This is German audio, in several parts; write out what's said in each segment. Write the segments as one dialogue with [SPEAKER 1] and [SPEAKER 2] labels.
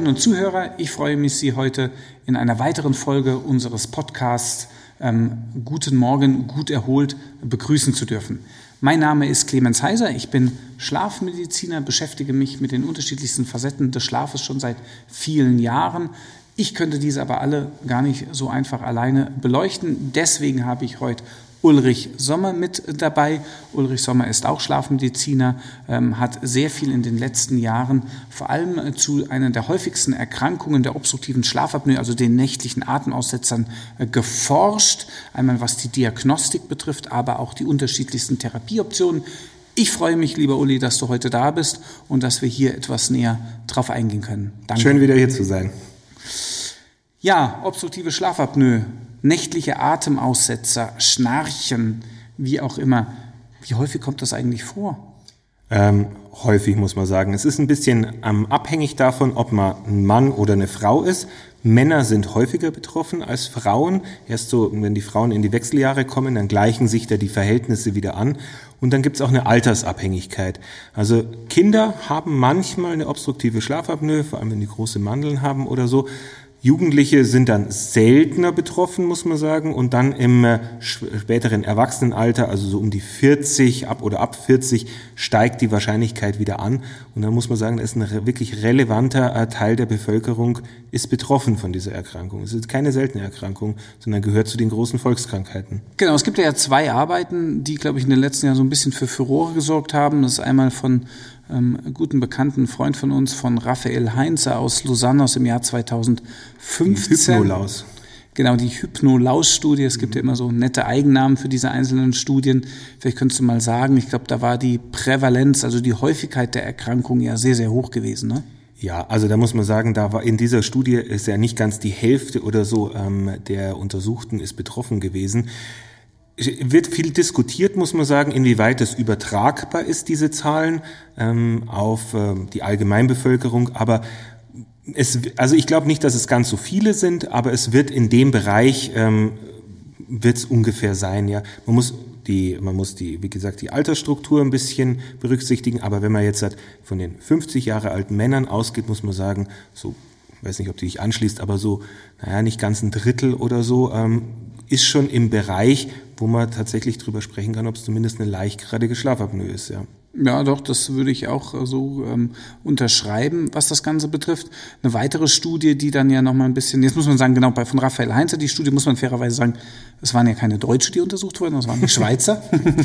[SPEAKER 1] Zuhörerinnen und Zuhörer, ich freue mich, Sie heute in einer weiteren Folge unseres Podcasts Guten Morgen, gut erholt begrüßen zu dürfen. Mein Name ist Clemens Heiser, ich bin Schlafmediziner, beschäftige mich mit den unterschiedlichsten Facetten des Schlafes schon seit vielen Jahren. Ich könnte diese aber alle gar nicht so einfach alleine beleuchten. Deswegen habe ich heute Ulrich Sommer mit dabei. Ulrich Sommer ist auch Schlafmediziner, hat sehr viel in den letzten Jahren vor allem zu einer der häufigsten Erkrankungen der obstruktiven Schlafapnoe, also den nächtlichen Atemaussetzern, geforscht. Einmal was die Diagnostik betrifft, aber auch die unterschiedlichsten Therapieoptionen. Ich freue mich, lieber Uli, dass du heute da bist und dass wir hier etwas näher drauf eingehen können.
[SPEAKER 2] Danke. Schön, wieder hier zu sein.
[SPEAKER 1] Ja, obstruktive Schlafapnoe, nächtliche Atemaussetzer, Schnarchen, wie auch immer. Wie häufig kommt das eigentlich vor?
[SPEAKER 2] Häufig, muss man sagen. Es ist ein bisschen abhängig davon, ob man ein Mann oder eine Frau ist. Männer sind häufiger betroffen als Frauen. Erst so, wenn die Frauen in die Wechseljahre kommen, dann gleichen sich da die Verhältnisse wieder an. Und dann gibt es auch eine Altersabhängigkeit. Also Kinder haben manchmal eine obstruktive Schlafapnoe, vor allem wenn die große Mandeln haben oder so. Jugendliche sind dann seltener betroffen, muss man sagen, und dann im späteren Erwachsenenalter, also so um die 40, ab 40, steigt die Wahrscheinlichkeit wieder an. Und dann muss man sagen, ist ein wirklich relevanter Teil der Bevölkerung ist betroffen von dieser Erkrankung. Es ist keine seltene Erkrankung, sondern gehört zu den großen Volkskrankheiten.
[SPEAKER 1] Genau, es gibt ja zwei Arbeiten, die, glaube ich, in den letzten Jahren so ein bisschen für Furore gesorgt haben. Das ist einmal von guten bekannten Freund von uns, von Raphael Heinze aus Lausanne aus dem Jahr 2015.
[SPEAKER 2] Die Hypnolaus.
[SPEAKER 1] Genau, die Hypnolaus-Studie. Es gibt ja immer so nette Eigennamen für diese einzelnen Studien. Vielleicht könntest du mal sagen, ich glaube, da war die Prävalenz, also die Häufigkeit der Erkrankung ja sehr, sehr hoch gewesen, ne?
[SPEAKER 2] Ja, also da muss man sagen, da war in dieser Studie ist ja nicht ganz die Hälfte oder so der Untersuchten ist betroffen gewesen. Wird viel diskutiert, muss man sagen, inwieweit es übertragbar ist, diese Zahlen auf die Allgemeinbevölkerung. Aber also ich glaube nicht, dass es ganz so viele sind, aber es wird in dem Bereich wird es ungefähr sein. Ja, man muss die, wie gesagt, die Altersstruktur ein bisschen berücksichtigen. Aber wenn man jetzt von den 50 Jahre alten Männern ausgeht, muss man sagen, so, ich weiß nicht, ob die sich anschließt, aber so, nicht ganz ein Drittel oder so, ist schon im Bereich, wo man tatsächlich drüber sprechen kann, ob es zumindest eine leichtgradige Schlafapnoe ist, ja.
[SPEAKER 1] Ja, doch, das würde ich auch so unterschreiben, was das Ganze betrifft. Eine weitere Studie, die dann ja nochmal ein bisschen, jetzt muss man sagen, genau, von Raphael Heinze, die Studie muss man fairerweise sagen, es waren ja keine Deutsche, die untersucht wurden, das waren die Schweizer.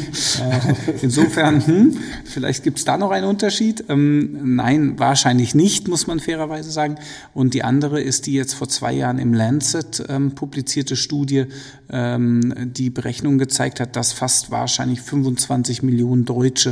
[SPEAKER 1] Insofern, vielleicht gibt's da noch einen Unterschied. Nein, wahrscheinlich nicht, muss man fairerweise sagen. Und die andere ist die jetzt vor 2 Jahren im Lancet publizierte Studie, die Berechnung gezeigt hat, dass fast wahrscheinlich 25 Millionen Deutsche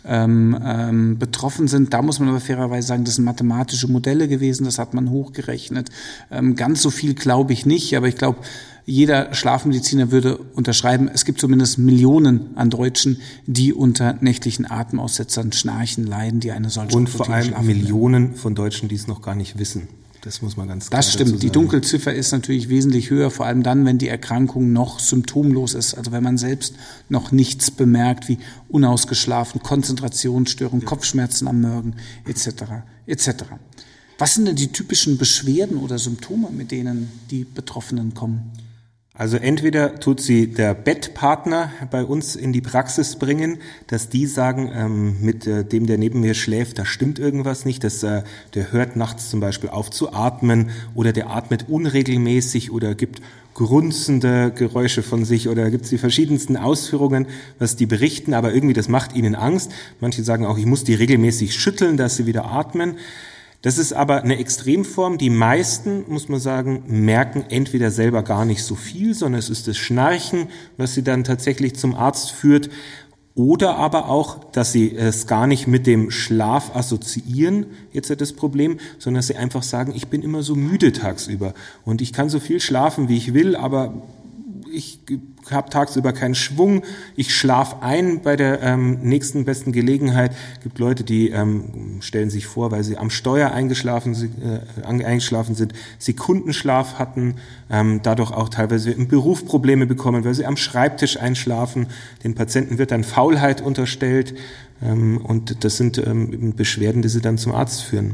[SPEAKER 1] betroffen sind. Da muss man aber fairerweise sagen, das sind mathematische Modelle gewesen, das hat man hochgerechnet. Ganz so viel glaube ich nicht, aber ich glaube, jeder Schlafmediziner würde unterschreiben, es gibt zumindest Millionen an Deutschen, die unter nächtlichen Atemaussetzern, Schnarchen leiden, die eine solche
[SPEAKER 2] und vor allem Millionen von Deutschen, die es noch gar nicht wissen. Das muss man ganz klar
[SPEAKER 1] dazu sagen. Das stimmt. Die Dunkelziffer ist natürlich wesentlich höher, vor allem dann, wenn die Erkrankung noch symptomlos ist. Also wenn man selbst noch nichts bemerkt, wie unausgeschlafen, Konzentrationsstörungen, Kopfschmerzen am Morgen, etc. etc. Was sind denn die typischen Beschwerden oder Symptome, mit denen die Betroffenen kommen?
[SPEAKER 2] Also entweder tut sie der Bettpartner bei uns in die Praxis bringen, dass die sagen, mit dem, der neben mir schläft, da stimmt irgendwas nicht, dass der hört nachts zum Beispiel auf zu atmen oder der atmet unregelmäßig oder gibt grunzende Geräusche von sich oder gibt es die verschiedensten Ausführungen, was die berichten, aber irgendwie das macht ihnen Angst. Manche sagen auch, ich muss die regelmäßig schütteln, dass sie wieder atmen. Das ist aber eine Extremform. Die meisten, muss man sagen, merken entweder selber gar nicht so viel, sondern es ist das Schnarchen, was sie dann tatsächlich zum Arzt führt. Oder aber auch, dass sie es gar nicht mit dem Schlaf assoziieren, jetzt das Problem, sondern dass sie einfach sagen, ich bin immer so müde tagsüber und ich kann so viel schlafen, wie ich will, aber ich habe tagsüber keinen Schwung, ich schlafe ein bei der nächsten besten Gelegenheit. Es gibt Leute, die stellen sich vor, weil sie am Steuer eingeschlafen sind, Sekundenschlaf hatten, dadurch auch teilweise im Beruf Probleme bekommen, weil sie am Schreibtisch einschlafen. Den Patienten wird dann Faulheit unterstellt und das sind Beschwerden, die sie dann zum Arzt führen.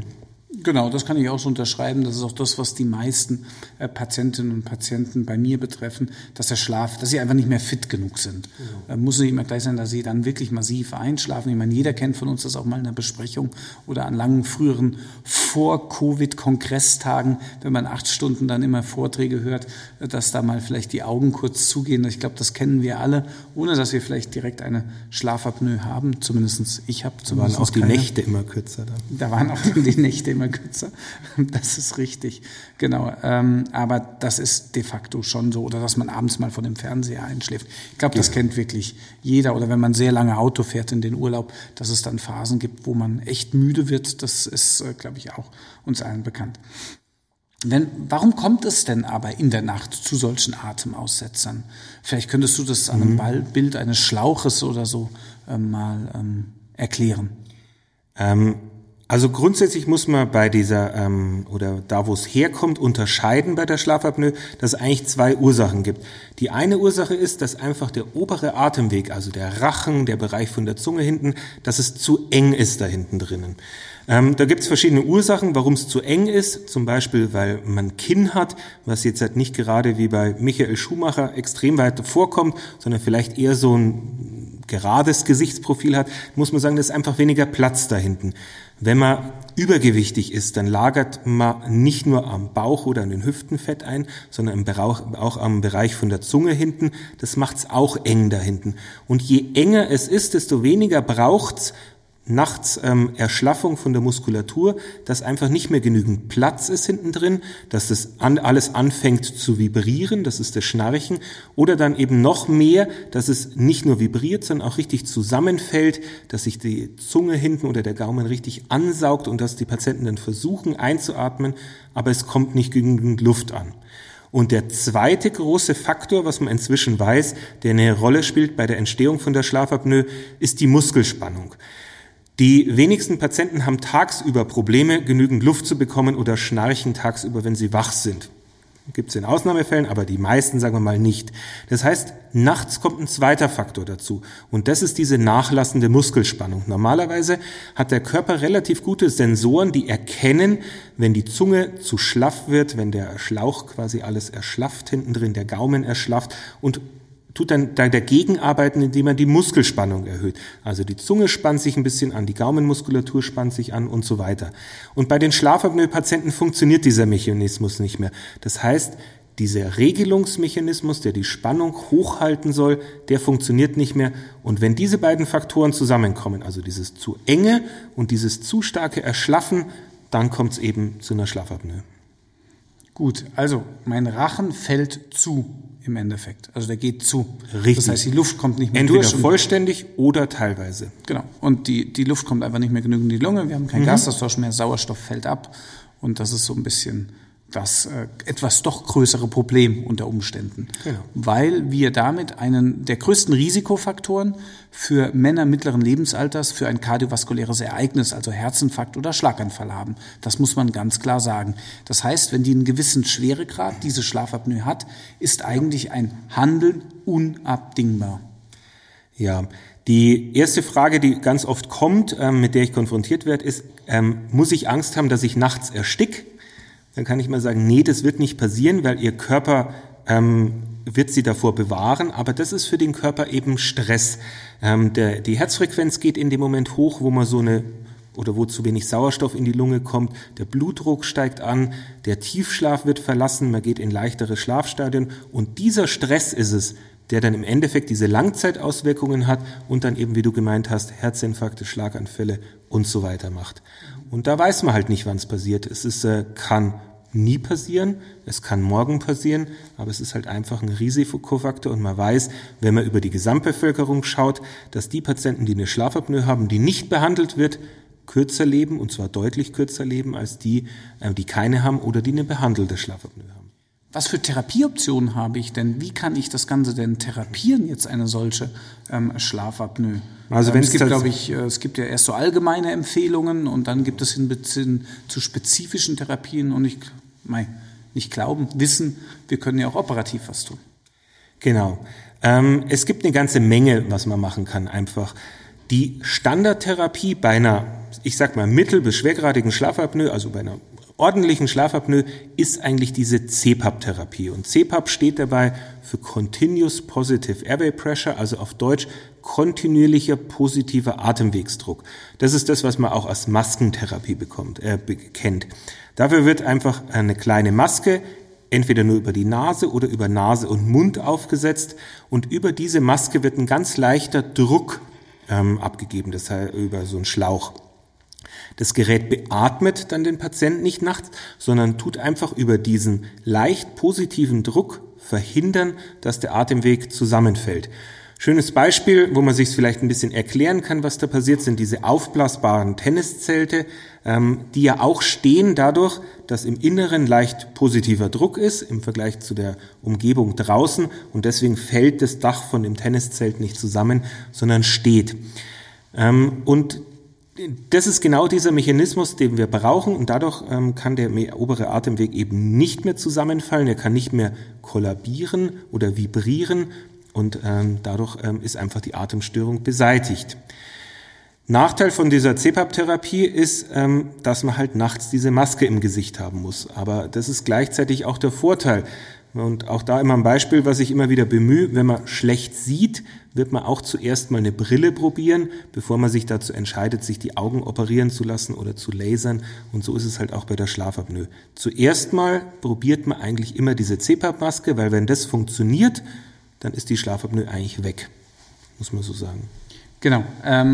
[SPEAKER 1] Genau, das kann ich auch so unterschreiben. Das ist auch das, was die meisten Patientinnen und Patienten bei mir betreffen, dass sie einfach nicht mehr fit genug sind. Genau. Muss nicht immer gleich sein, dass sie dann wirklich massiv einschlafen. Ich meine, jeder kennt von uns das auch mal in einer Besprechung oder an langen früheren Vor-Covid-Kongresstagen, wenn man 8 Stunden dann immer Vorträge hört, dass da mal vielleicht die Augen kurz zugehen. Ich glaube, das kennen wir alle, ohne dass wir vielleicht direkt eine Schlafapnoe haben. Zumindest ich habe zumindest.
[SPEAKER 2] Da waren auch die Nächte immer kürzer.
[SPEAKER 1] Da waren auch die Nächte immer kürzer. Das ist richtig, genau. Aber das ist de facto schon so. Oder dass man abends mal vor dem Fernseher einschläft. Ich glaube, das kennt wirklich jeder. Oder wenn man sehr lange Auto fährt in den Urlaub, dass es dann Phasen gibt, wo man echt müde wird. Das ist, glaube ich, auch uns allen bekannt. Warum kommt es denn aber in der Nacht zu solchen Atemaussetzern? Vielleicht könntest du das an einem Bild eines Schlauches oder so mal erklären.
[SPEAKER 2] Also grundsätzlich muss man bei dieser, oder da wo es herkommt, unterscheiden bei der Schlafapnoe, dass es eigentlich 2 Ursachen gibt. Die eine Ursache ist, dass einfach der obere Atemweg, also der Rachen, der Bereich von der Zunge hinten, dass es zu eng ist da hinten drinnen. Da gibt es verschiedene Ursachen, warum es zu eng ist. Zum Beispiel, weil man Kinn hat, was jetzt halt nicht gerade wie bei Michael Schumacher extrem weit vorkommt, sondern vielleicht eher so ein gerades Gesichtsprofil hat, muss man sagen, da ist einfach weniger Platz da hinten. Wenn man übergewichtig ist, dann lagert man nicht nur am Bauch oder an den Hüften Fett ein, sondern auch am Bereich von der Zunge hinten. Das macht's auch eng da hinten. Und je enger es ist, desto weniger braucht's nachts Erschlaffung von der Muskulatur, dass einfach nicht mehr genügend Platz ist hinten drin, dass das alles anfängt zu vibrieren, das ist das Schnarchen, oder dann eben noch mehr, dass es nicht nur vibriert, sondern auch richtig zusammenfällt, dass sich die Zunge hinten oder der Gaumen richtig ansaugt und dass die Patienten dann versuchen einzuatmen, aber es kommt nicht genügend Luft an. Und der zweite große Faktor, was man inzwischen weiß, der eine Rolle spielt bei der Entstehung von der Schlafapnoe, ist die Muskelspannung. Die wenigsten Patienten haben tagsüber Probleme, genügend Luft zu bekommen oder schnarchen tagsüber, wenn sie wach sind. Gibt es in Ausnahmefällen, aber die meisten, sagen wir mal, nicht. Das heißt, nachts kommt ein zweiter Faktor dazu und das ist diese nachlassende Muskelspannung. Normalerweise hat der Körper relativ gute Sensoren, die erkennen, wenn die Zunge zu schlaff wird, wenn der Schlauch quasi alles erschlafft, hinten drin der Gaumen erschlafft und tut dann dagegen arbeiten, indem man die Muskelspannung erhöht. Also die Zunge spannt sich ein bisschen an, die Gaumenmuskulatur spannt sich an und so weiter. Und bei den Schlafapnoe-Patienten funktioniert dieser Mechanismus nicht mehr. Das heißt, dieser Regelungsmechanismus, der die Spannung hochhalten soll, der funktioniert nicht mehr. Und wenn diese beiden Faktoren zusammenkommen, also dieses zu enge und dieses zu starke Erschlaffen, dann kommt es eben zu einer Schlafapnoe.
[SPEAKER 1] Gut, also mein Rachen fällt zu im Endeffekt. Also der geht zu.
[SPEAKER 2] Richtig.
[SPEAKER 1] Das heißt, die Luft kommt nicht mehr
[SPEAKER 2] entweder
[SPEAKER 1] durch.
[SPEAKER 2] Entweder vollständig oder teilweise.
[SPEAKER 1] Genau. Und die Luft kommt einfach nicht mehr genügend in die Lunge. Wir haben keinen Gasaustausch mehr. Sauerstoff fällt ab. Und das ist so ein bisschen das etwas doch größere Problem unter Umständen.
[SPEAKER 2] Genau.
[SPEAKER 1] Weil wir damit einen der größten Risikofaktoren für Männer mittleren Lebensalters für ein kardiovaskuläres Ereignis, also Herzinfarkt oder Schlaganfall haben. Das muss man ganz klar sagen. Das heißt, wenn die einen gewissen Schweregrad, diese Schlafapnoe hat, ist eigentlich ein Handeln unabdingbar.
[SPEAKER 2] Ja, die erste Frage, die ganz oft kommt, mit der ich konfrontiert werde, ist, muss ich Angst haben, dass ich nachts erstick? Dann kann ich mal sagen, nee, das wird nicht passieren, weil ihr Körper wird sie davor bewahren, aber das ist für den Körper eben Stress. Die Herzfrequenz geht in dem Moment hoch, wo man wo zu wenig Sauerstoff in die Lunge kommt, der Blutdruck steigt an, der Tiefschlaf wird verlassen, man geht in leichtere Schlafstadien und dieser Stress ist es, der dann im Endeffekt diese Langzeitauswirkungen hat und dann eben, wie du gemeint hast, Herzinfarkte, Schlaganfälle und so weiter macht. Und da weiß man halt nicht, wann es passiert. Kann nie passieren, es kann morgen passieren, aber es ist halt einfach ein Risikofaktor und man weiß, wenn man über die Gesamtbevölkerung schaut, dass die Patienten, die eine Schlafapnoe haben, die nicht behandelt wird, kürzer leben und zwar deutlich kürzer leben als die, die keine haben oder die eine behandelte Schlafapnoe haben.
[SPEAKER 1] Was für Therapieoptionen habe ich denn? Wie kann ich das Ganze denn therapieren, jetzt eine solche Schlafapnoe?
[SPEAKER 2] Also
[SPEAKER 1] es gibt ja erst so allgemeine Empfehlungen und dann gibt es hin zu spezifischen Therapien und nicht glauben, wissen, wir können ja auch operativ was tun.
[SPEAKER 2] Genau. Es gibt eine ganze Menge, was man machen kann einfach. Die Standardtherapie bei einer, ich sag mal, mittel- bis schwergradigen Schlafapnoe, also bei einer ordentlichen Schlafapnoe, ist eigentlich diese CPAP-Therapie. Und CPAP steht dabei für Continuous Positive Airway Pressure, also auf Deutsch kontinuierlicher positiver Atemwegsdruck. Das ist das, was man auch als Maskentherapie kennt. Dafür wird einfach eine kleine Maske entweder nur über die Nase oder über Nase und Mund aufgesetzt und über diese Maske wird ein ganz leichter Druck abgegeben, das heißt über so einen Schlauch. Das Gerät beatmet dann den Patienten nicht nachts, sondern tut einfach über diesen leicht positiven Druck verhindern, dass der Atemweg zusammenfällt. Schönes Beispiel, wo man sich vielleicht ein bisschen erklären kann, was da passiert, sind diese aufblasbaren Tenniszelte, die ja auch stehen dadurch, dass im Inneren leicht positiver Druck ist im Vergleich zu der Umgebung draußen und deswegen fällt das Dach von dem Tenniszelt nicht zusammen, sondern steht. Und das ist genau dieser Mechanismus, den wir brauchen und dadurch kann der obere Atemweg eben nicht mehr zusammenfallen, er kann nicht mehr kollabieren oder vibrieren und dadurch ist einfach die Atemstörung beseitigt. Nachteil von dieser CPAP-Therapie ist, dass man halt nachts diese Maske im Gesicht haben muss, aber das ist gleichzeitig auch der Vorteil. Und auch da immer ein Beispiel, was ich immer wieder bemühe, wenn man schlecht sieht, wird man auch zuerst mal eine Brille probieren, bevor man sich dazu entscheidet, sich die Augen operieren zu lassen oder zu lasern. Und so ist es halt auch bei der Schlafapnoe. Zuerst mal probiert man eigentlich immer diese CPAP-Maske, weil wenn das funktioniert, dann ist die Schlafapnoe eigentlich weg, muss man so sagen.
[SPEAKER 1] Genau.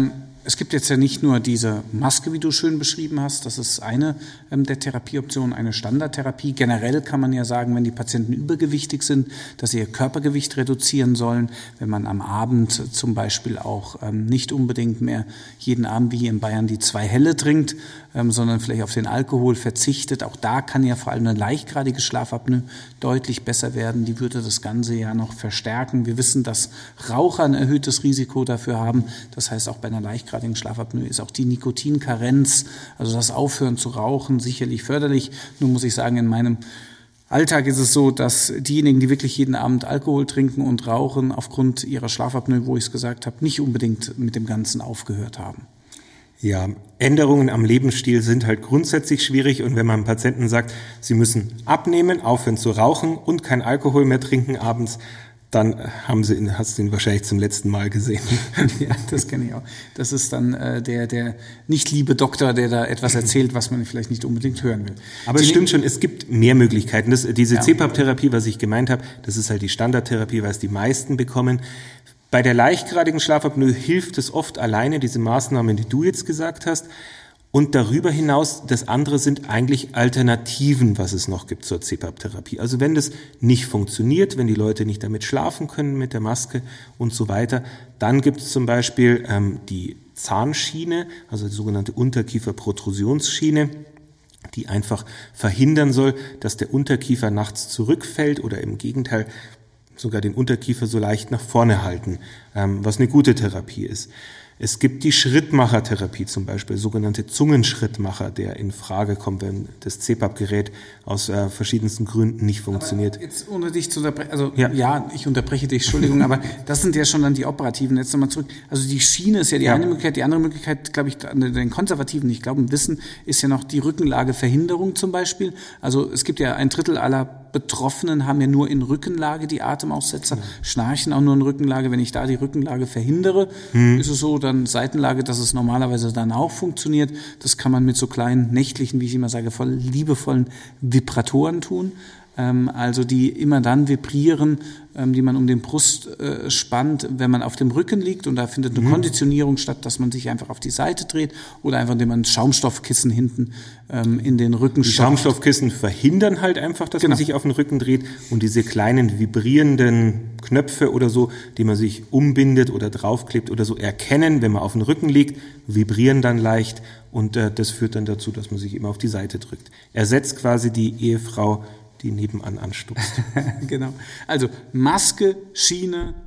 [SPEAKER 1] Es gibt jetzt ja nicht nur diese Maske, wie du schön beschrieben hast, das ist eine der Therapieoptionen, eine Standardtherapie. Generell kann man ja sagen, wenn die Patienten übergewichtig sind, dass sie ihr Körpergewicht reduzieren sollen, wenn man am Abend zum Beispiel auch nicht unbedingt mehr jeden Abend wie hier in Bayern die 2 Helle trinkt, sondern vielleicht auf den Alkohol verzichtet. Auch da kann ja vor allem eine leichtgradige Schlafapnoe deutlich besser werden. Die würde das Ganze ja noch verstärken. Wir wissen, dass Raucher ein erhöhtes Risiko dafür haben. Das heißt, auch bei einer leichtgradigen Schlafapnoe ist auch die Nikotinkarenz, also das Aufhören zu rauchen, sicherlich förderlich. Nur muss ich sagen, in meinem Alltag ist es so, dass diejenigen, die wirklich jeden Abend Alkohol trinken und rauchen, aufgrund ihrer Schlafapnoe, wo ich es gesagt habe, nicht unbedingt mit dem Ganzen aufgehört haben.
[SPEAKER 2] Ja, Änderungen am Lebensstil sind halt grundsätzlich schwierig und wenn man Patienten sagt, sie müssen abnehmen, aufhören zu rauchen und kein Alkohol mehr trinken abends, dann hast du ihn wahrscheinlich zum letzten Mal gesehen.
[SPEAKER 1] Ja, das kenne ich auch. Das ist dann der nicht liebe Doktor, der da etwas erzählt, was man vielleicht nicht unbedingt hören will.
[SPEAKER 2] Aber es stimmt schon, es gibt mehr Möglichkeiten. Diese CPAP-Therapie, was ich gemeint habe, das ist halt die Standardtherapie, was die meisten bekommen. Bei der leichtgradigen Schlafapnoe hilft es oft alleine, diese Maßnahmen, die du jetzt gesagt hast. Und darüber hinaus, das andere sind eigentlich Alternativen, was es noch gibt zur CPAP-Therapie. Also wenn das nicht funktioniert, wenn die Leute nicht damit schlafen können mit der Maske und so weiter, dann gibt es zum Beispiel die Zahnschiene, also die sogenannte Unterkieferprotrusionsschiene, die einfach verhindern soll, dass der Unterkiefer nachts zurückfällt oder im Gegenteil sogar den Unterkiefer so leicht nach vorne halten, was eine gute Therapie ist. Es gibt die Schrittmachertherapie zum Beispiel, sogenannte Zungenschrittmacher, der in Frage kommt, wenn das CPAP-Gerät aus verschiedensten Gründen nicht funktioniert.
[SPEAKER 1] Aber jetzt ohne dich zu unterbrechen, also ja, ich unterbreche dich, Entschuldigung, aber das sind ja schon dann die operativen. Jetzt nochmal zurück. Also die Schiene ist ja die eine Möglichkeit, die andere Möglichkeit, glaube ich, den Konservativen, ich glaube, im Wissen ist ja noch die Rückenlageverhinderung zum Beispiel. Also es gibt ja 1/3 aller Betroffenen haben ja nur in Rückenlage die Atemaussetzer, schnarchen auch nur in Rückenlage. Wenn ich da die Rückenlage verhindere, ist es so, dann Seitenlage, dass es normalerweise dann auch funktioniert. Das kann man mit so kleinen nächtlichen, wie ich immer sage, voll liebevollen Vibratoren tun. Also die immer dann vibrieren, die man um den Brust spannt, wenn man auf dem Rücken liegt und da findet eine Konditionierung statt, dass man sich einfach auf die Seite dreht oder einfach indem man ein Schaumstoffkissen hinten in den Rücken
[SPEAKER 2] stopft. Die Schaumstoffkissen verhindern halt einfach, dass man sich auf den Rücken dreht und diese kleinen vibrierenden Knöpfe oder so, die man sich umbindet oder draufklebt oder so, erkennen, wenn man auf dem Rücken liegt, vibrieren dann leicht und das führt dann dazu, dass man sich immer auf die Seite drückt. Ersetzt quasi die Ehefrau, die nebenan anstupst.
[SPEAKER 1] Genau. Also Maske, Schiene,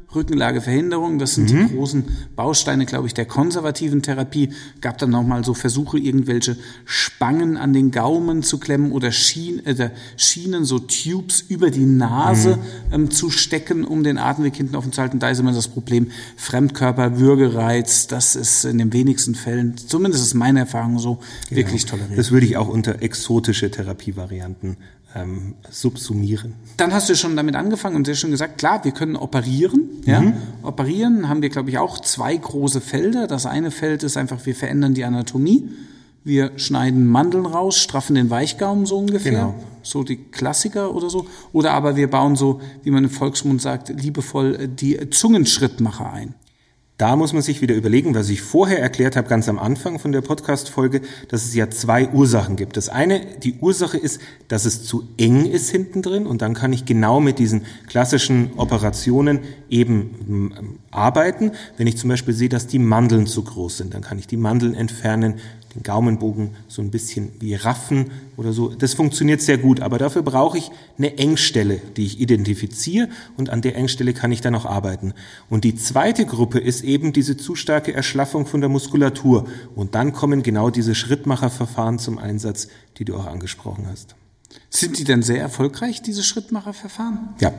[SPEAKER 1] Rückenlageverhinderung, das sind die großen Bausteine, glaube ich, der konservativen Therapie. Gab dann nochmal so Versuche, irgendwelche Spangen an den Gaumen zu klemmen oder Schienen, so Tubes über die Nase zu stecken, um den Atemweg hinten offen zu halten. Da ist immer das Problem Fremdkörper, Würgereiz. Das ist in den wenigsten Fällen, zumindest ist meine Erfahrung so, wirklich toleriert.
[SPEAKER 2] Das würde ich auch unter exotische Therapievarianten subsumieren.
[SPEAKER 1] Dann hast du schon damit angefangen und sehr schön gesagt, klar, wir können operieren. Ja? Operieren haben wir, glaube ich, auch 2 große Felder. Das eine Feld ist einfach, wir verändern die Anatomie. Wir schneiden Mandeln raus, straffen den Weichgaumen so ungefähr.
[SPEAKER 2] Genau.
[SPEAKER 1] So die Klassiker oder so. Oder aber wir bauen so, wie man im Volksmund sagt, liebevoll die Zungenschrittmacher ein.
[SPEAKER 2] Da muss man sich wieder überlegen, was ich vorher erklärt habe, ganz am Anfang von der Podcast-Folge, dass es ja 2 Ursachen gibt. Das eine, die Ursache ist, dass es zu eng ist hinten drin und dann kann ich genau mit diesen klassischen Operationen eben arbeiten. Wenn ich zum Beispiel sehe, dass die Mandeln zu groß sind, dann kann ich die Mandeln entfernen, den Gaumenbogen so ein bisschen wie raffen oder so. Das funktioniert sehr gut, aber dafür brauche ich eine Engstelle, die ich identifiziere und an der Engstelle kann ich dann auch arbeiten. Und die zweite Gruppe ist eben diese zu starke Erschlaffung von der Muskulatur und dann kommen genau diese Schrittmacherverfahren zum Einsatz, die du auch angesprochen hast.
[SPEAKER 1] Sind die denn sehr erfolgreich, diese Schrittmacherverfahren?
[SPEAKER 2] Ja,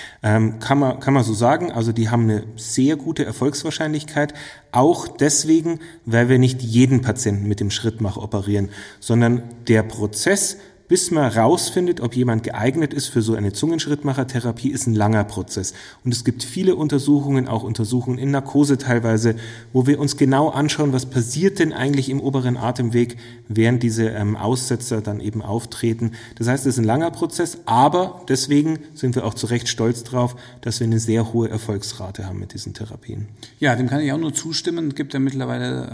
[SPEAKER 2] kann man so sagen. Also die haben eine sehr gute Erfolgswahrscheinlichkeit. Auch deswegen, weil wir nicht jeden Patienten mit dem Schrittmacher operieren, sondern der Prozess, bis man rausfindet, ob jemand geeignet ist für so eine Zungenschrittmachertherapie, ist ein langer Prozess. Und es gibt viele Untersuchungen, auch Untersuchungen in Narkose teilweise, wo wir uns genau anschauen, was passiert denn eigentlich im oberen Atemweg, während diese Aussetzer dann eben auftreten. Das heißt, es ist ein langer Prozess, aber deswegen sind wir auch zu Recht stolz drauf, dass wir eine sehr hohe Erfolgsrate haben mit diesen Therapien.
[SPEAKER 1] Ja, dem kann ich auch nur zustimmen. Es gibt ja mittlerweile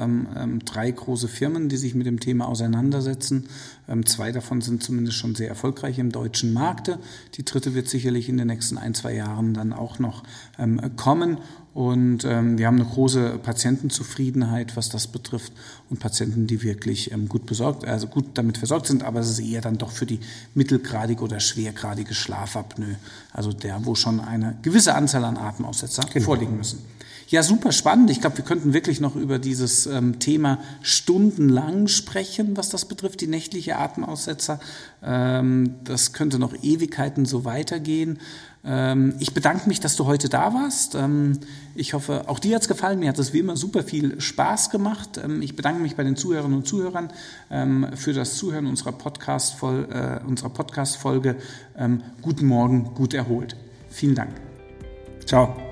[SPEAKER 1] 3 große Firmen, die sich mit dem Thema auseinandersetzen. 2 davon sind zumindest schon sehr erfolgreich im deutschen Markt. Die 3. wird sicherlich in den nächsten 1-2 Jahren dann auch noch kommen. Und wir haben eine große Patientenzufriedenheit, was das betrifft. Und Patienten, die wirklich gut damit versorgt sind. Aber es ist eher dann doch für die mittelgradige oder schwergradige Schlafapnoe. Also wo schon eine gewisse Anzahl an Atemaussetzer vorliegen müssen. Ja, super spannend. Ich glaube, wir könnten wirklich noch über dieses Thema stundenlang sprechen, was das betrifft, die nächtliche Atemaussetzer. Das könnte noch Ewigkeiten so weitergehen. Ich bedanke mich, dass du heute da warst. Ich hoffe, auch dir hat es gefallen. Mir hat es wie immer super viel Spaß gemacht. Ich bedanke mich bei den Zuhörerinnen und Zuhörern für das Zuhören unserer Podcast-Folge. Guten Morgen, gut erholt. Vielen Dank.
[SPEAKER 2] Ciao.